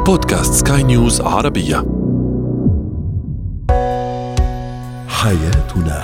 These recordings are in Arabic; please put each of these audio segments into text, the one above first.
بودكاست سكاي نيوز عربية. حياتنا.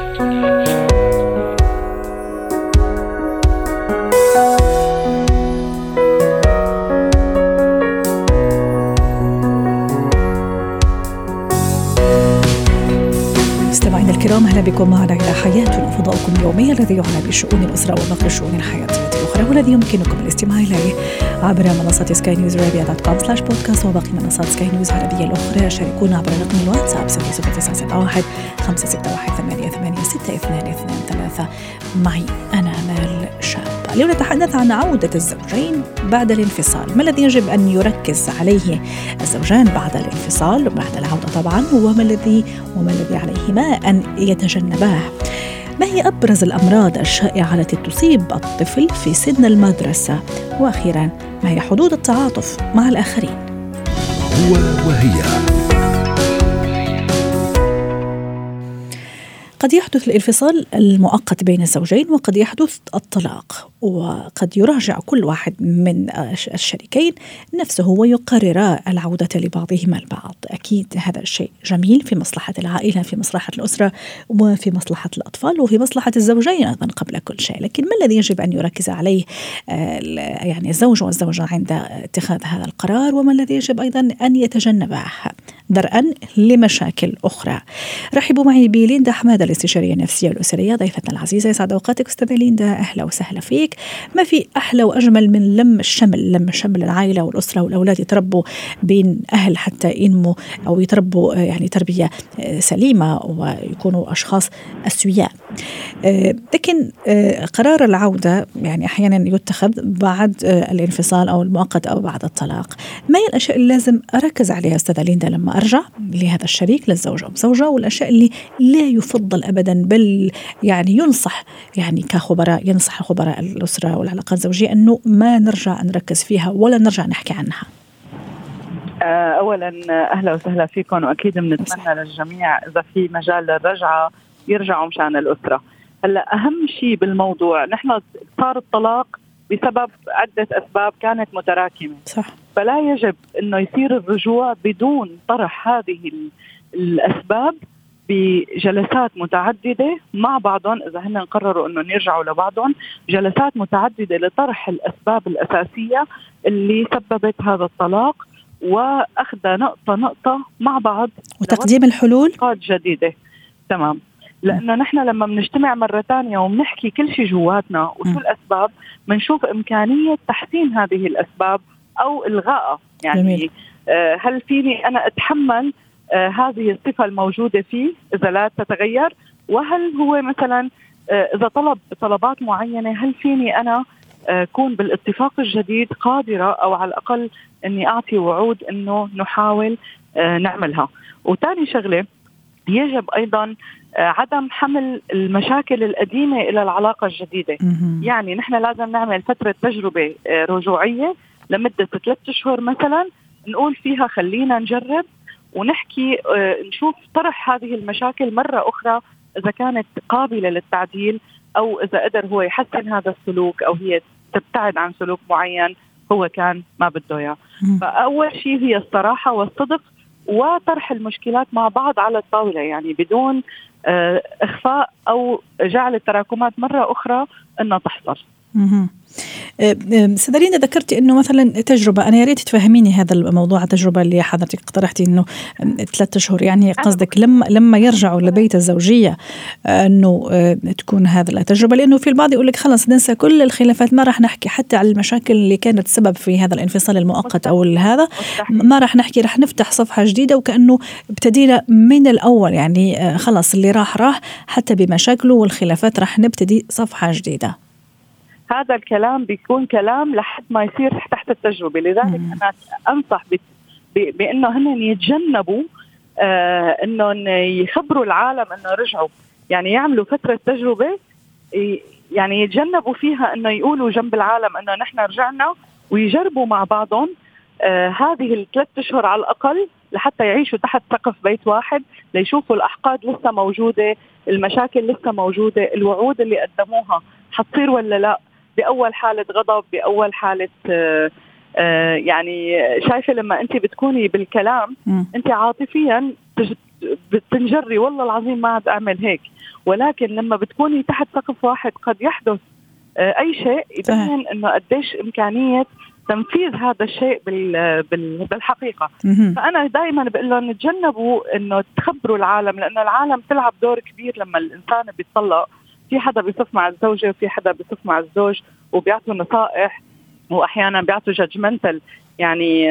مستمعينا الكرام، أهلا بكم معنا إلى حياتنا، فضاؤكم اليومي الذي يعنى بشؤون الأسرة وباقي الشؤون الحياتية الأخرى، والذي يمكنكم الاستماع إليه عبر منصة skynewsarabia.com/podcast وباقي منصات سكاي نيوز عربية الأخرى. شاركونا عبر رقم الواتساب 0971 561 886223. معي أنا آمال شاب. اليوم نتحدث عن عودة الزوجين بعد الانفصال. ما الذي يجب أن يركز عليه الزوجان بعد الانفصال وبعد العودة طبعا، وما الذي عليهما أن يتجنباه؟ ما هي أبرز الأمراض الشائعة التي تصيب الطفل في سن المدرسة؟ وأخيرا، ما هي حدود التعاطف مع الآخرين؟ هو وهي. قد يحدث الانفصال المؤقت بين الزوجين، وقد يحدث الطلاق، وقد يراجع كل واحد من الشريكين نفسه ويقرر العودة لبعضهما البعض. أكيد هذا الشيء جميل في مصلحة العائلة، في مصلحة الأسرة، وفي مصلحة الأطفال، وفي مصلحة الزوجين أيضا قبل كل شيء. لكن ما الذي يجب أن يركز عليه يعني الزوج والزوجة عند اتخاذ هذا القرار، وما الذي يجب أيضا أن يتجنبه درءا لمشاكل أخرى؟ رحبوا معي بليندا حمادة، الاستشارية النفسية والأسرية، ضيفتنا العزيزة. يسعد أوقاتك أستاذة ليندا، أهلا وسهلا فيك. ما في أحلى وأجمل من لم الشمل العائلة والأسرة والأولاد يتربوا بين أهل حتى ينموا أو يتربوا يعني تربية سليمة ويكونوا أشخاص أسوياء. لكن قرار العودة يعني أحيانا يتخذ بعد الانفصال أو المؤقت أو بعد الطلاق. ما هي الأشياء اللي لازم أركز عليها أستاذة ليندا لما أرجع لهذا الشريك، للزوج أو الزوجة، والأشياء اللي لا يفضل أبدا بل يعني ينصح يعني كخبراء ينصح خبراء الأسرة والعلاقات الزوجية أنه ما نرجع نركز فيها ولا نرجع نحكي عنها؟ أولا أهلا وسهلا فيكم، وأكيد بنتمنى للجميع إذا في مجال للرجعة يرجعوا مشان الأسرة. هلا أهم شيء بالموضوع، نحن صار الطلاق بسبب عدة أسباب كانت متراكمة، صح. فلا يجب أنه يصير الرجوع بدون طرح هذه الأسباب بجلسات متعددة مع بعضهم. إذا هن قرروا أنه يرجعوا لبعضهم، جلسات متعددة لطرح الأسباب الأساسية اللي سببت هذا الطلاق، وأخذ نقطة مع بعض وتقديم الحلول جديدة. تمام. لأنه نحن لما بنجتمع مرة تانية وبنحكي كل شيء جواتنا وشو الأسباب، بنشوف إمكانية تحسين هذه الأسباب أو إلغائها. يعني هل فيني أنا أتحمل هذه الصفة الموجودة فيه إذا لا تتغير؟ وهل هو مثلا إذا طلب طلبات معينة، هل فيني أنا أكون بالاتفاق الجديد قادرة أو على الأقل أني أعطي وعود أنه نحاول نعملها؟ وتاني شغلة، يجب أيضا عدم حمل المشاكل القديمة إلى العلاقة الجديدة. يعني نحن لازم نعمل فترة تجربة رجوعية لمدة 3 أشهر مثلا، نقول فيها خلينا نجرب ونحكي نشوف طرح هذه المشاكل مرة أخرى إذا كانت قابلة للتعديل، أو إذا قدر هو يحسن هذا السلوك أو هي تبتعد عن سلوك معين هو كان ما بده إياه. فأول شيء هي الصراحة والصدق وطرح المشكلات مع بعض على الطاولة، يعني بدون إخفاء أو جعل التراكمات مرة أخرى أنها تحصل. سيدة ذكرتي انه مثلا تجربه، انا يا ريت تفهميني هذا الموضوع، التجربه اللي حضرتك اقترحتي انه 3 أشهر، يعني قصدك لما يرجعوا لبيت الزوجيه انه تكون هذا التجربه؟ لانه في البعض يقول لك خلاص ننسى كل الخلافات، ما راح نحكي حتى على المشاكل اللي كانت سبب في هذا الانفصال المؤقت او هذا، ما راح نحكي، راح نفتح صفحه جديده وكانه ابتدينا من الاول. يعني خلاص اللي راح حتى بمشاكله والخلافات، راح نبتدي صفحه جديده. هذا الكلام بيكون كلام لحد ما يصير تحت التجربة. لذلك أنا أنصح بأنه هن يتجنبوا أنه يخبروا العالم أنه رجعوا، يعني يعملوا فترة تجربة، يعني يتجنبوا فيها أنه يقولوا جنب العالم أنه نحن رجعنا، ويجربوا مع بعضهم هذه 3 أشهر على الأقل لحتى يعيشوا تحت سقف بيت واحد، ليشوفوا الأحقاد لسه موجودة، المشاكل لسه موجودة، الوعود اللي قدموها حتصير ولا لا، بأول حالة غضب، بأول حالة يعني شايفة لما أنت بتكوني بالكلام أنت عاطفيا بتنجري والله العظيم ما عاد أعمل هيك، ولكن لما بتكوني تحت سقف واحد قد يحدث أي شيء يبين إنه قديش إمكانية تنفيذ هذا الشيء بالحقيقة. فأنا دائما بقول لهم نتجنبوا إنه تخبروا العالم، لأنه العالم تلعب دور كبير لما الإنسان بيتطلق. في حدا بيصف مع الزوجة وفي حدا بيصف مع الزوج وبيعطوا نصائح، وأحيانا بيعطوا جادجمنتال يعني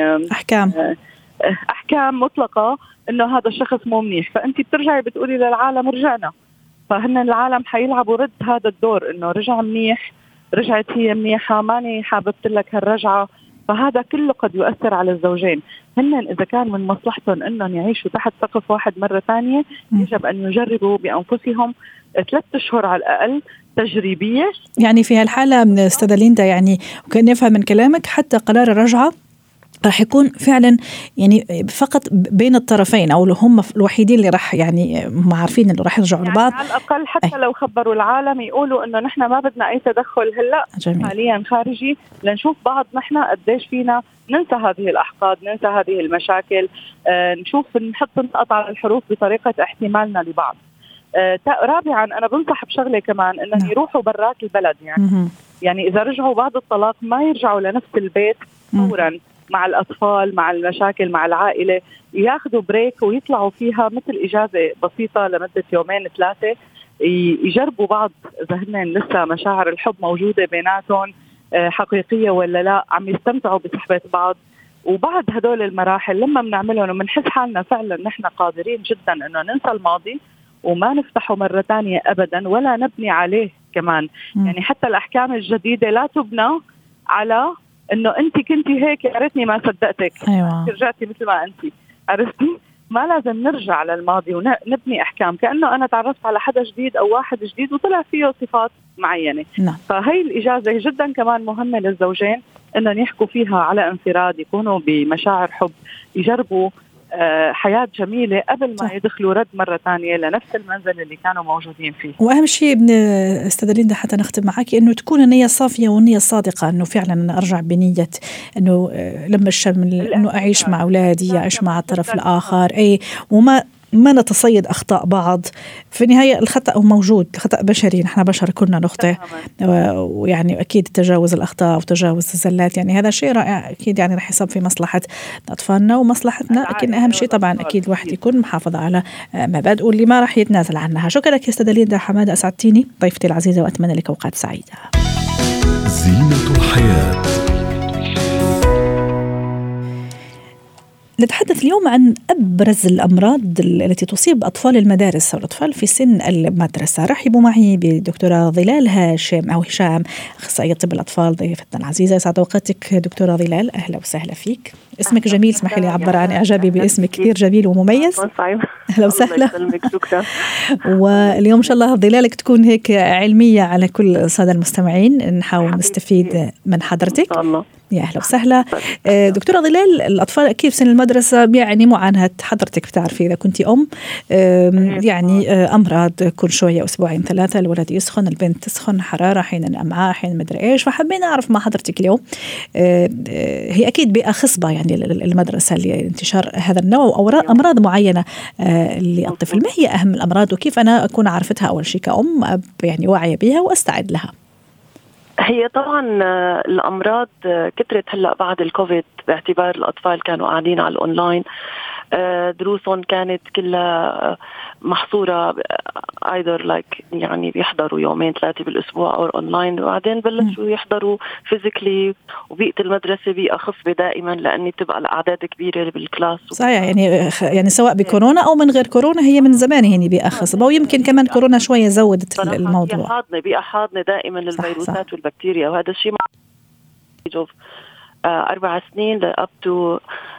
أحكام مطلقة إنه هذا الشخص مو منيح، فأنت بترجعي بتقولي للعالم رجعنا، فهن العالم حيلعبوا رد هذا الدور إنه رجع منيح، رجعت هي منيحة، ماني حاببت لك هالرجعة. فهذا كله قد يؤثر على الزوجين. هن إذا كان من مصلحتهم إنهم يعيشوا تحت سقف واحد مرة ثانية يجب أن يجربوا بأنفسهم 3 أشهر على الأقل تجريبية. يعني في هالحالة أستاذة ليندا، يعني وكان نفهم من كلامك حتى قرار الرجعة راح يكون فعلا يعني فقط بين الطرفين، او هم الوحيدين اللي راح يعني هم عارفين انه راح يرجعوا لبعض. على الاقل حتى لو خبروا العالم يقولوا انه نحن ما بدنا اي تدخل هلا حاليا خارجي، لنشوف بعض نحن قديش فينا ننسى هذه الاحقاد، ننسى هذه المشاكل، نشوف نحط نقط على الحروف بطريقه احتمالنا لبعض. رابعا انا بنصح بشغله كمان انهم يروحوا برات البلد، يعني اذا رجعوا بعد الطلاق ما يرجعوا لنفس البيت فورا مع الأطفال، مع المشاكل، مع العائلة، ياخذوا بريك ويطلعوا فيها مثل إجازة بسيطة لمدة 2-3 يجربوا بعض إذا هن لسه مشاعر الحب موجودة بيناتهم حقيقية ولا لا، عم يستمتعوا بصحبة بعض. وبعد هدول المراحل لما بنعملهم ومنحس حالنا فعلا نحن قادرين جدا إنه ننسى الماضي وما نفتحه مرة تانية أبدا ولا نبني عليه كمان. يعني حتى الأحكام الجديدة لا تبنى على انه انت كنتي هيك يا ريتني ما صدقتك. أيوة. رجعتي مثل ما انت عرفتي. ما لازم نرجع للماضي ونبني احكام كانه انا تعرفت على حدا جديد او واحد جديد وطلع فيه صفات معينه. فهي الاجازه جدا كمان مهمه للزوجين انهم يحكوا فيها على انفراد، يكونوا بمشاعر حب، يجربوا حياة جميلة قبل ما يدخلوا رد مرة تانية لنفس المنزل اللي كانوا موجودين فيه. وأهم شيء أستاذة ليندا حتى نختم معك إنه تكون النية صافية والنية صادقة، إنه فعلا أنا أرجع بنية إنه لما الشمل إنه أعيش مع أولادي، أعيش مع الطرف الآخر، وما نتصيد أخطاء بعض. في النهاية الخطأ هو موجود، الخطأ بشري، نحن بشر كلنا نخطئ، ويعني أكيد تجاوز الأخطاء وتجاوز الزلات يعني هذا شيء رائع أكيد، يعني رح يصب في مصلحة أطفالنا ومصلحتنا. لكن أهم شيء طبعا أكيد الواحد يكون محافظ على مبادئه اللي ما رح يتنازل عنها. شكرا لك يا أستاذة ليندا حمادة، أسعدتيني ضيفتي العزيزة وأتمنى لك أوقات سعيدة. زينة الحياة. نتحدث اليوم عن أبرز الأمراض التي تصيب أطفال المدارس أو الأطفال في سن المدرسة. رحبوا معي بدكتورة ظلال هاشم أو هشام، أخصائية طب الأطفال، ضيفتنا العزيزة. يسعد أوقاتك دكتورة ظلال، أهلا وسهلا فيك. اسمك جميل، اسمح لي أعبر عن إعجابي باسمك، كثير جميل ومميز. أهلا وسهلا. واليوم إن شاء الله ظلالك تكون هيك علمية على كل السادة المستمعين، نحاول نستفيد من حضرتك. يا أهلا وسهلا. دكتورة ظلال، الأطفال أكيد في سن المدرسة يعني معاناة، حضرتك بتعرفي إذا كنتي أم يعني أمراض كل شوية أسبوعين 3 الولد يسخن، البنت تسخن، حرارة، حين أمعاء، حين مدري إيش. فحبينا نعرف مع حضرتك اليوم، هي أكيد بيئة خصبة يعني المدرسة لانتشار هذا النوع أو أمراض معينة للطفل. ما هي أهم الأمراض وكيف أنا أكون عارفتها أول شيء كأم أب يعني واعية بها وأستعد لها؟ هي طبعا الأمراض كترت هلأ بعد الكوفيد، باعتبار الأطفال كانوا قاعدين على الأونلاين، دروسهم كانت كلها محصورة either like يعني بيحضروا 2-3 بالأسبوع أو أونلاين، وبعدين بلشوا يحضروا فيزيكلي. وبيئة المدرسة بيئة خصبة دائما لأني تبقى الأعداد كبيرة بالكلاس. صحيح، يعني سواء بكورونا أو من غير كورونا هي من زمان يعني بيئة خصبة، ويمكن كمان كورونا شوية زودت الموضوع. بيئة حاضنة دائما للفيروسات والبكتيريا، وهذا الشيء 4 سنين up to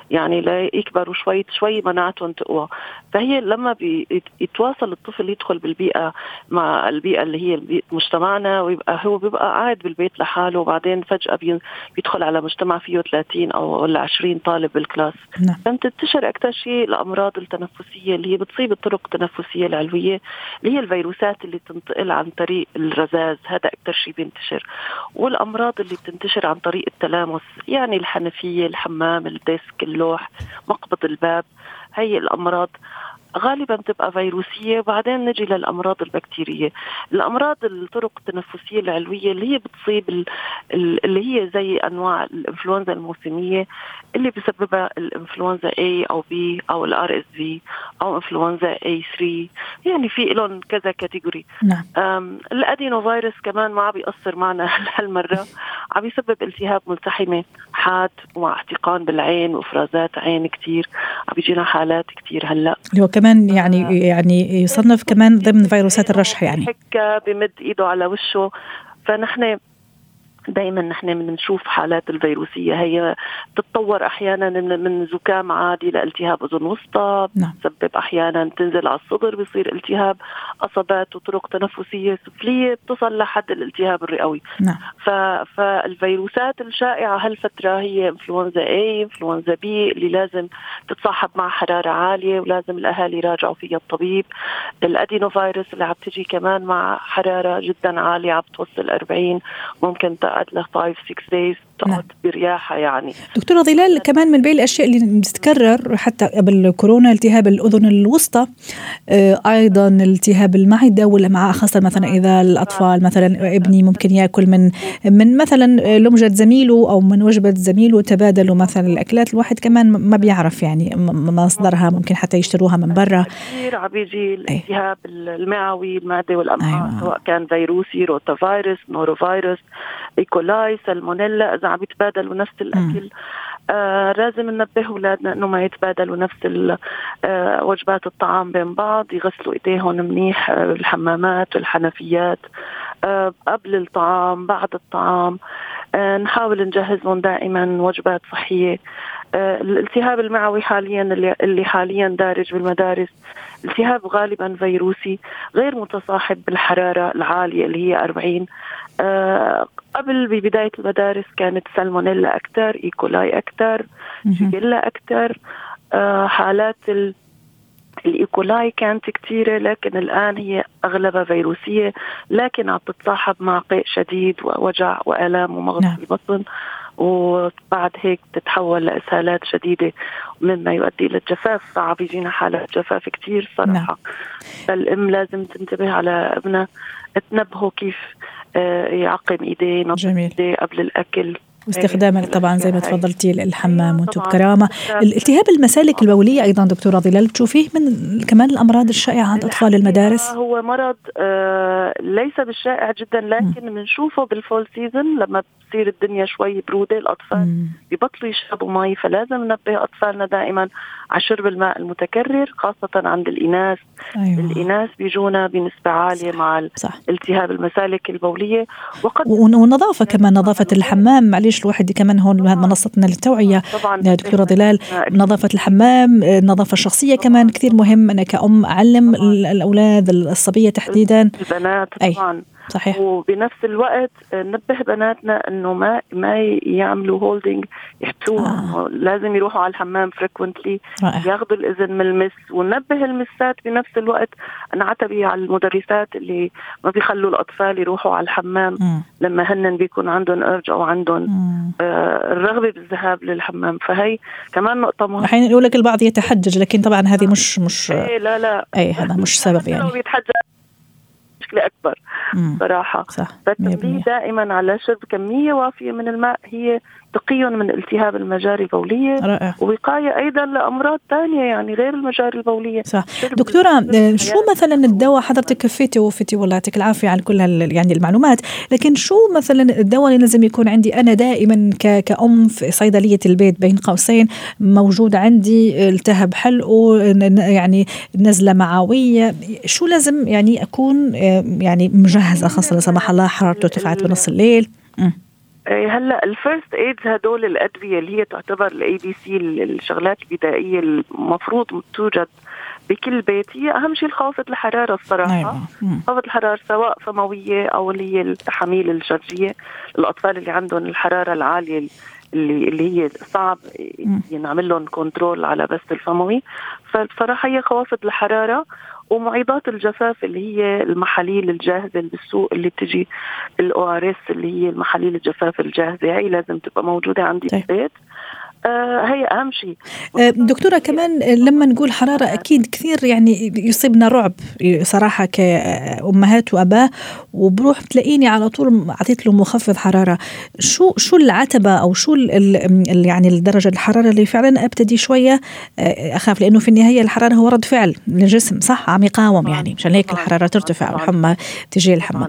يعني لا يكبروا شوي مناعتهم تقوى. فهي لما يتواصل الطفل يدخل بالبيئة مع البيئة اللي هي بيئة مجتمعنا، ويبقى هو بيبقى قاعد بالبيت لحاله، وبعدين فجأة بيدخل على مجتمع فيه 30 أو 20 طالب بالكلاس. فبتنتشر أكثر شيء الأمراض التنفسية اللي هي بتصيب الطرق التنفسية العلوية، اللي هي الفيروسات اللي تنتقل عن طريق الرذاذ، هذا أكثر شيء بينتشر. والأمراض اللي بتنتشر عن طريق التلامس، يعني الحنفية، الحمام، الديسك، اللوح، مقبض الباب، هي الأمراض غالبا بتبقى فيروسية. وبعدين نجي للأمراض البكتيرية. الأمراض الطرق التنفسية العلوية اللي هي بتصيب اللي هي زي أنواع الإنفلونزا الموسمية اللي بسببها الإنفلونزا A أو B أو الRSV أو إنفلونزا A3، يعني في لهم كذا كاتيجوري. الأدينوفيروس كمان ما بيأثر معنا هالمرة، عم يسبب التهاب ملتحمة حاد ومع احتقان بالعين وإفرازات عين كتير، عم بيجينا حالات كتير هلأ. كمان يعني يصنف كمان ضمن فيروسات الرشح، يعني حكة بمد ايده على وشه. فنحن دايما بنشوف حالات الفيروسية هي تتطور أحيانا من زكام عادي لالتهاب أذن وسطى، بتسبب أحيانا تنزل على الصدر بيصير التهاب قصبات وطرق تنفسية سفلية بتصل لحد الالتهاب الرئوي. فالفيروسات الشائعة هالفترة هي إنفلونزا A، إنفلونزا B اللي لازم تتصاحب مع حرارة عالية ولازم الأهالي يراجعوا فيها الطبيب. الأدينوفيروس اللي عم تجي كمان مع حرارة جدا عالية عم توصل 40، ممكن له 5-6 days تقعد برياحة. يعني دكتورة ظلال، كمان من بين الأشياء اللي بتتكرر حتى قبل كورونا التهاب الأذن الوسطى، أيضا التهاب المعدة والأمعاء، خاصة مثلا إذا الأطفال مثلا ابني ممكن يأكل من مثلا لمجة زميله أو من وجبة زميله، تبادلوا مثلا الأكلات، الواحد كمان ما بيعرف يعني مصدرها، ممكن حتى يشتروها من برا. كثير عم بيجي الالتهاب المعوي المعدة والأمعاء، سواء كان فيروسي، روتافيروس، نوروفيروس، إيكولاي، سالمونيلا. إذا عم يتبادلوا نفس الأكل لازم ننبه أولادنا إنه ما يتبادلوا نفس وجبات الطعام بين بعض، يغسلوا إيديهم منيح بالحمامات والحنفيات قبل الطعام بعد الطعام. نحاول نجهزهم دائما وجبات صحية. الالتهاب المعوي حاليا اللي حاليا دارج بالمدارس التهاب غالبا فيروسي غير متصاحب بالحرارة العالية اللي هي 40. قبل ببداية المدارس كانت سالمونيلا أكتر، إيكولاي أكتر، شيجيلا أكتر. حالات الإيكولاي كانت كتيرة، لكن الآن هي أغلبها فيروسية، لكن عم تتصاحب مع قيء شديد ووجع وآلام ومغص في البطن، وبعد هيك تتحول لإسهالات شديدة مما يؤدي إلى الجفاف. صعب يجينا حالات جفاف كتير صراحة. فالأم لازم تنتبه على ابنها، تنبهه كيف يعقم إيديه، نظف إيديه قبل الأكل، واستخدام طبعا زي ما تفضلتي الحمام وانتم بكرامة. الالتهاب المسالك البولية أيضا دكتورة ظلال بتشوفيه من كمان الأمراض الشائعة عند أطفال المدارس؟ هو مرض ليس بالشائع جدا، لكن بنشوفه بالفول سيزن لما بتصير الدنيا شوي برودة الأطفال بيبطلوا يشربوا مي. فلازم ننبه أطفالنا دائما على شرب الماء المتكرر، خاصة عند الإناث. الإناث بيجونا بنسبة عالية مع التهاب المسالك البولية. والنظافة كمان، نظافة الحمام، معليش الواحد كمان هون منصتنا للتوعية يا دكتورة ظلال، نظافة الحمام، النظافة الشخصية كمان كثير مهم. أنا كأم أعلم الأولاد الصبية تحديدا، البنات طبعا صحيح. وبنفس الوقت ننبه بناتنا انه ما يعملوا هولدينج، يحبسوها. لازم يروحوا على الحمام فريكوينتلي، ياخذوا الاذن من المس. وننبه المسات بنفس الوقت، نعتبي على المدرسات اللي ما بيخلوا الاطفال يروحوا على الحمام لما هن بيكون عندهم ارج او عندهم الرغبه بالذهاب للحمام. فهي كمان نقطه مهمه. الحين يقول لك البعض يتحجج، لكن طبعا هذه مش لا هذا مش سبب يعني. مشكلة أكبر صراحة. فالتنبيه دائما على شرب كمية وافية من الماء هي تقي من التهاب المجاري البولية، ووقاية أيضا لأمراض تانية يعني غير المجاري البولية. صح. دكتورة، شو مثلا الدواء، حضرتك كفيتي ووفيتي والله يعطيك العافية على كل يعني المعلومات، لكن شو مثلا الدواء اللي لازم يكون عندي أنا دائما كأم في صيدلية البيت بين قوسين موجود عندي؟ التهاب حلقه، يعني نزلة معوية، شو لازم يعني أكون يعني مجهزة، خاصة لا سمح الله حرارته ارتفعت بنص الليل؟ هلا الفيرست ايدز هدول الادويه اللي هي تعتبر الاي بي سي، الشغلات البدائيه المفروض توجد بكل بيت، هي اهم شيء خافض الحراره الصراحه. خافض الحراره سواء فمويه او اللي هي التحاميل الشرجيه، الاطفال اللي عندهم الحراره العاليه اللي هي صعب نعمل لهم كنترول على بس الفموي. فبصراحه هي خوافض الحراره ومعيضات الجفاف اللي هي المحاليل الجاهزه اللي بالسوق اللي بتجي الORS اللي هي المحاليل الجفاف الجاهزه، هي لازم تبقى موجوده عندي في البيت. هي أهم شيء. دكتورة كمان لما نقول حرارة أكيد كثير يعني يصيبنا رعب صراحة كأمهات وأباء، وبروح بتلاقيني على طول عطيت له مخفض حرارة. شو العتبة أو شو يعني الدرجة الحرارة اللي فعلا أبتدي شوية أخاف، لأنه في النهاية الحرارة هو رد فعل للجسم صح، عم يقاوم يعني، مشان هيك الحرارة ترتفع والحمى تجي الحمى.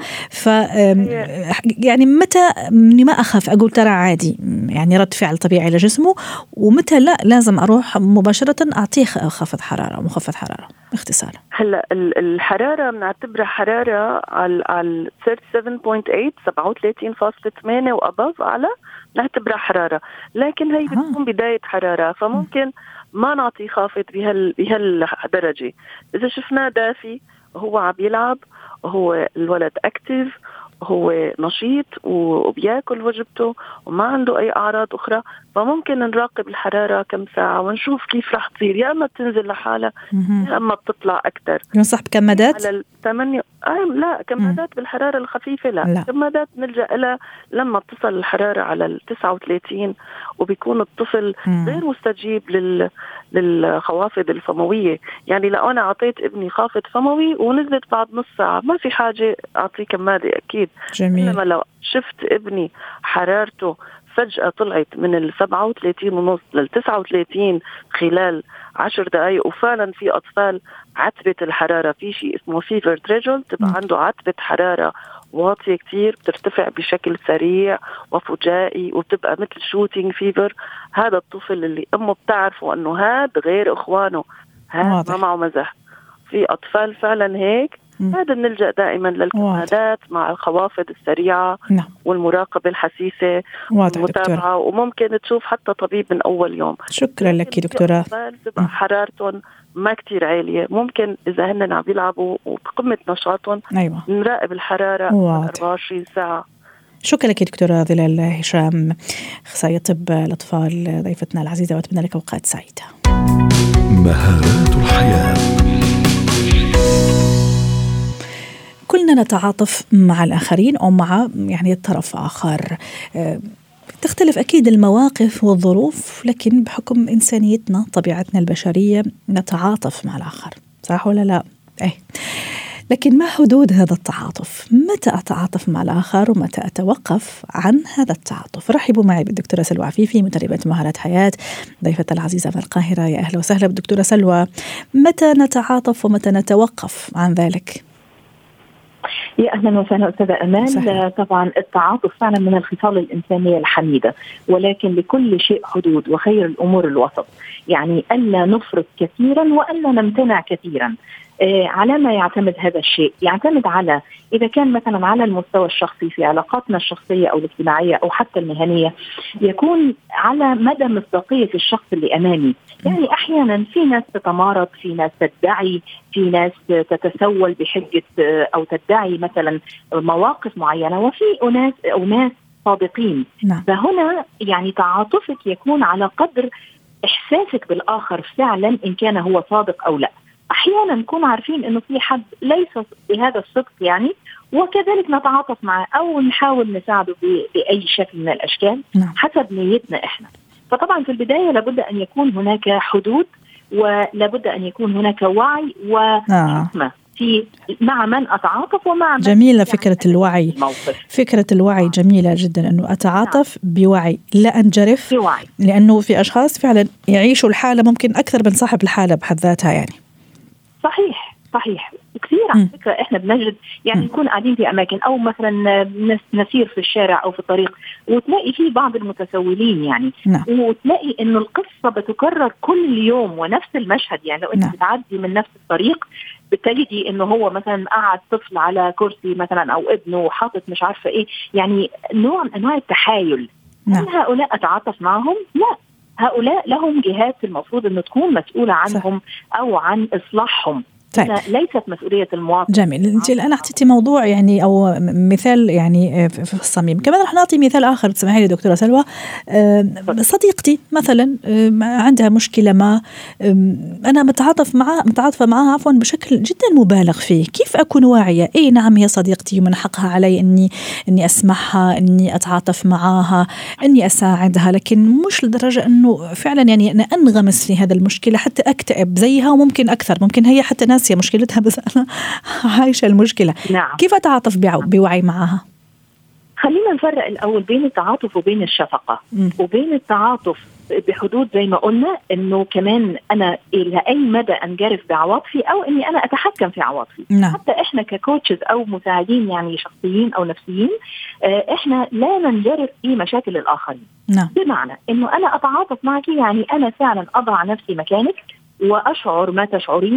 يعني متى ما أخاف أقول ترى عادي يعني رد فعل طبيعي لجسمه، ومتى لا لازم أروح مباشرة أعطيه خفض حرارة مخفض حرارة باختصار؟ هلا الحرارة بنعتبرها حرارة على 37.8 37.8 وأباف أعلى نعتبرها حرارة، لكن هي بتكون بداية حرارة، فممكن ما نعطي خافض بهالدرجة. إذا شفناه دافي هو عم يلعب، هو الولد أكتيف، هو نشيط وبياكل وجبته وما عنده أي أعراض أخرى، فممكن نراقب الحرارة كم ساعة ونشوف كيف رح تصير، يا أما بتنزل لحالها يا أما بتطلع أكتر. ينصح بكمادات؟ على 8 لا كمادات بالحرارة الخفيفة لا. كمادات نلجأ لها لما بتصل الحرارة على 39 وبيكون الطفل غير مستجيب للخوافض الفموية. يعني لو أنا أعطيت ابني خافض فموي ونزلت بعد نص ساعة ما في حاجة أعطيه كمادة أكيد. جميل. إنما لو شفت ابني حرارته فجأة طلعت من 37.5 39 خلال 10 دقائق، وفعلا في أطفال عتبة الحرارة في شيء اسمه فيفر تريجل، تبقى عنده عتبة حرارة واطية كتير بترتفع بشكل سريع وفجائي وبتبقى مثل شوتينج فيفر. هذا الطفل اللي أمه بتعرفه أنه هذا غير إخوانه، هذا ما معه مزح. في أطفال فعلا هيك، هذا بنلجأ دائما للكمادات مع الخوافض السريعة والمراقبة الحسيسة والمتابعة، وممكن تشوف حتى طبيب من أول يوم. شكرا لك دكتورة. تبقى حرارتهم ما كتير عالية، ممكن إذا هن عم يلعبوا وبقمة نشاطهم نراقب الحرارة 24 ساعة. شكرا لك دكتورة ظلال هشام، أخصائية طب الأطفال، ضيفتنا العزيزة، وأتمنى لك أوقات سعيدة. مهارات الحياة. كلنا نتعاطف مع الآخرين أو مع يعني الطرف آخر، تختلف أكيد المواقف والظروف، لكن بحكم إنسانيتنا طبيعتنا البشرية نتعاطف مع الآخر، صح ولا لا؟ لكن ما حدود هذا التعاطف؟ متى أتعاطف مع الآخر ومتى أتوقف عن هذا التعاطف؟ رحبوا معي بالدكتورة سلوى عفيفي، مدربة مهارات حياة، ضيفة العزيزة من القاهرة. يا أهلا وسهلا بالدكتورة سلوى. متى نتعاطف ومتى نتوقف عن ذلك؟ يا أهلا وسهلا أستاذة أمان. طبعا التعاطف فعلا من الخصال الإنسانية الحميدة، ولكن لكل شيء حدود، وخير الأمور الوسط. يعني ألا نفرط كثيرا وألا نمتنع كثيرا. على ما يعتمد هذا الشيء؟ يعتمد على إذا كان مثلا على المستوى الشخصي في علاقاتنا الشخصية أو الاجتماعية أو حتى المهنية، يكون على مدى مصداقية الشخص اللي أمامي. يعني أحيانا في ناس تتمارض، في ناس تدعي، في ناس تتسول بحجة أو تدعي مثلا مواقف معينة، وفي أناس صادقين. فهنا يعني تعاطفك يكون على قدر إحساسك بالآخر فعلا، إن كان هو صادق أو لا. أحيانا نكون عارفين إنه في حد ليس بهذا الصدق يعني، وكذلك نتعاطف معه أو نحاول نساعده بأي شكل من الأشكال حسب نيتنا إحنا. فطبعا في البداية لابد أن يكون هناك حدود، ولابد أن يكون هناك وعي وحكمة في مع من أتعاطف ومع من. جميلة فكرة الوعي. فكرة الوعي جميلة جدا، أنه أتعاطف بوعي لا أنجرف بوعي. لأنه في أشخاص فعلا يعيشوا الحالة ممكن أكثر من صاحب الحالة بحد ذاتها يعني. صحيح كثير على فكرة. احنا بنجد يعني نكون قاعدين في اماكن او مثلا نسير في الشارع او في الطريق، وتلاقي فيه بعض المتسولين يعني وتلاقي انه القصة بتكرر كل يوم ونفس المشهد. يعني لو انت بتعدي من نفس الطريق بتجدي انه هو مثلا قاعد طفل على كرسي مثلا او ابنه وحاطط مش عارفه ايه، يعني نوع من انواع التحايل. هل هؤلاء اتعاطف معهم؟ لا، هؤلاء لهم جهات المفروض انه تكون مسؤوله عنهم او عن اصلاحهم. طيب. ليست مسؤولية المواطن. جميل. انت الان اعطيتي موضوع يعني او مثال يعني في الصميم. كمان رح نعطي مثال اخر تسمحي لي دكتوره سلوى. صديقتي مثلا عندها مشكله ما، انا متعاطفه معها عفوا بشكل جدا مبالغ فيه. كيف اكون واعيه؟ اي نعم هي صديقتي ومن حقها علي اني اسمعها، اني اتعاطف معها، اني اساعدها، لكن مش لدرجه انه فعلا يعني انا انغمس في هذا المشكله حتى اكتئب زيها وممكن اكثر. ممكن هي حتى ناسيه مشكلتها بس انا عايشه المشكله. نعم. كيف اتعاطف بوعي معها؟ خلينا نفرق الأول بين التعاطف وبين الشفقة. وبين التعاطف بحدود زي ما قلنا إنه كمان أنا إلى أي مدى أنجرف بعواطفي أو إني أنا أتحكم في عواطفي. نعم. حتى إحنا ككوتشز أو مساعدين يعني شخصيين أو نفسيين، إحنا لا ننجرف في مشاكل الآخرين. نعم. بمعنى إنه أنا أتعاطف معك، يعني أنا فعلا أضع نفسي مكانك وأشعر ما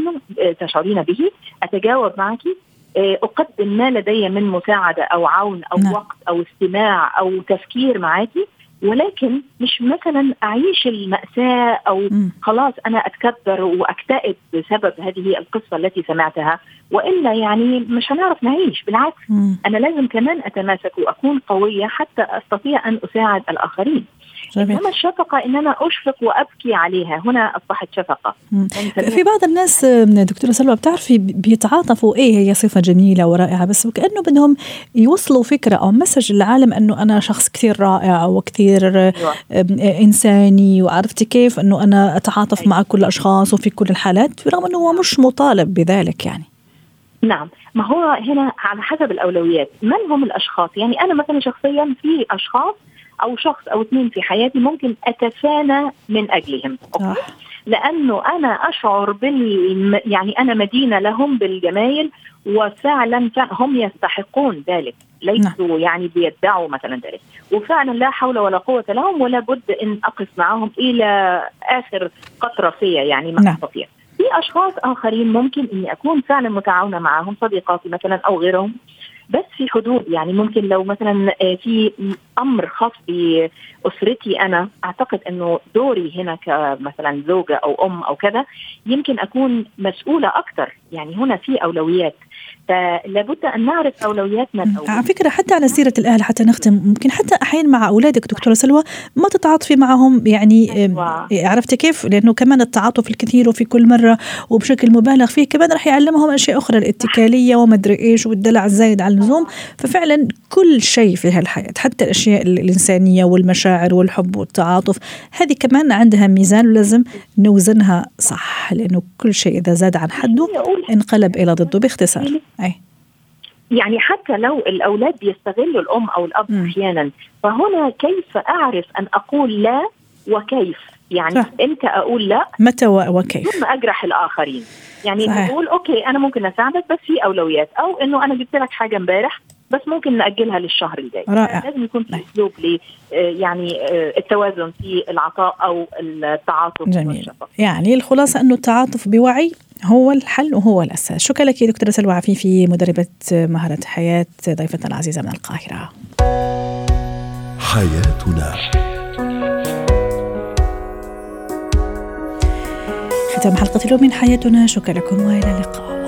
تشعرين به، أتجاوب معك، أقدم ما لدي من مساعدة أو عون أو وقت أو استماع أو تفكير معاكي، ولكن مش مثلا أعيش المأساة أو خلاص أنا أتكبر وأكتئب بسبب هذه القصة التي سمعتها، وإلا يعني مش هنعرف نعيش. بالعكس أنا لازم كمان أتماسك وأكون قوية حتى أستطيع أن أساعد الآخرين. إنما الشفقة إن أنا أشفق وأبكي عليها، هنا أصبحت شفقة. في بعض الناس دكتورة سلوى بتعرفي بيتعاطفوا، هي صفة جميلة ورائعة، بس وكأنه بدهم يوصلوا فكرة أو مسج للعالم أنه أنا شخص كثير رائع وكثير إنساني، وعرفتي كيف أنه أنا أتعاطف مع كل الأشخاص وفي كل الحالات، برغم أنه هو مش مطالب بذلك يعني. نعم، ما هو هنا على حسب الأولويات. من هم الأشخاص؟ يعني أنا مثلا شخصيا في أشخاص أو شخص أو اثنين في حياتي ممكن أتفانى من أجلهم، لأنه أنا أشعر يعني أنا مدينة لهم بالجمايل، وفعلا هم يستحقون ذلك، ليسوا يعني بيدعوا مثلا ذلك، وفعلا لا حول ولا قوة لهم، ولا بد أن أقف معهم إلى آخر قطرة فيها يعني ما أستطيع. في أشخاص آخرين ممكن أني أكون فعلا متعاونة معهم، صديقاتي مثلا أو غيرهم، بس في حدود. يعني ممكن لو مثلا في أمر خاص بأسرتي، أنا أعتقد أنه دوري هنا كمثلا زوجة أو أم أو كذا يمكن أكون مسؤولة أكتر. يعني هنا في أولويات، فلابد أن نعرف أولوياتنا الأول. على فكرة حتى على سيرة الأهل حتى نختم، ممكن حتى أحيانا مع أولادك دكتورة سلوى ما تتعاطفي معهم يعني. عرفتي كيف؟ لأنه كمان التعاطف الكثير وفي كل مرة وبشكل مبالغ فيه كمان رح يعلمهم أشياء أخرى، الاتكالية ومدري إيش والدلع الزايد على اللزوم. ففعلا كل شيء في هالحياة، حتى الأشياء الإنسانية والمشاعر والحب والتعاطف، هذه كمان عندها ميزان ولازم نوزنها صح، لأنه كل شيء إذا زاد عن حده انقلب إلى ضده باختصار. يعني حتى لو الأولاد بيستغلوا الأم أو الأب أحيانا، فهنا كيف أعرف أن أقول لا وكيف؟ يعني إمتى أقول لا، متى وكيف، ثم أجرح الآخرين. يعني صحيح. أقول أوكي أنا ممكن أساعدك بس في أولويات، أو إنه أنا جبت لك حاجة امبارح بس ممكن نأجلها للشهر الجاي. لازم يكون في أسلوب يعني التوازن في العطاء أو التعاطف. جميل. يعني الخلاصة أنه التعاطف بوعي هو الحل وهو الأساس. شكرا لك دكتورة سلوى عفيفي، مدربة مهارة حياة، ضيفتنا العزيزة من القاهرة. حياتنا. ختام حلقة اليوم من حياتنا. شكرا لكم وإلى اللقاء.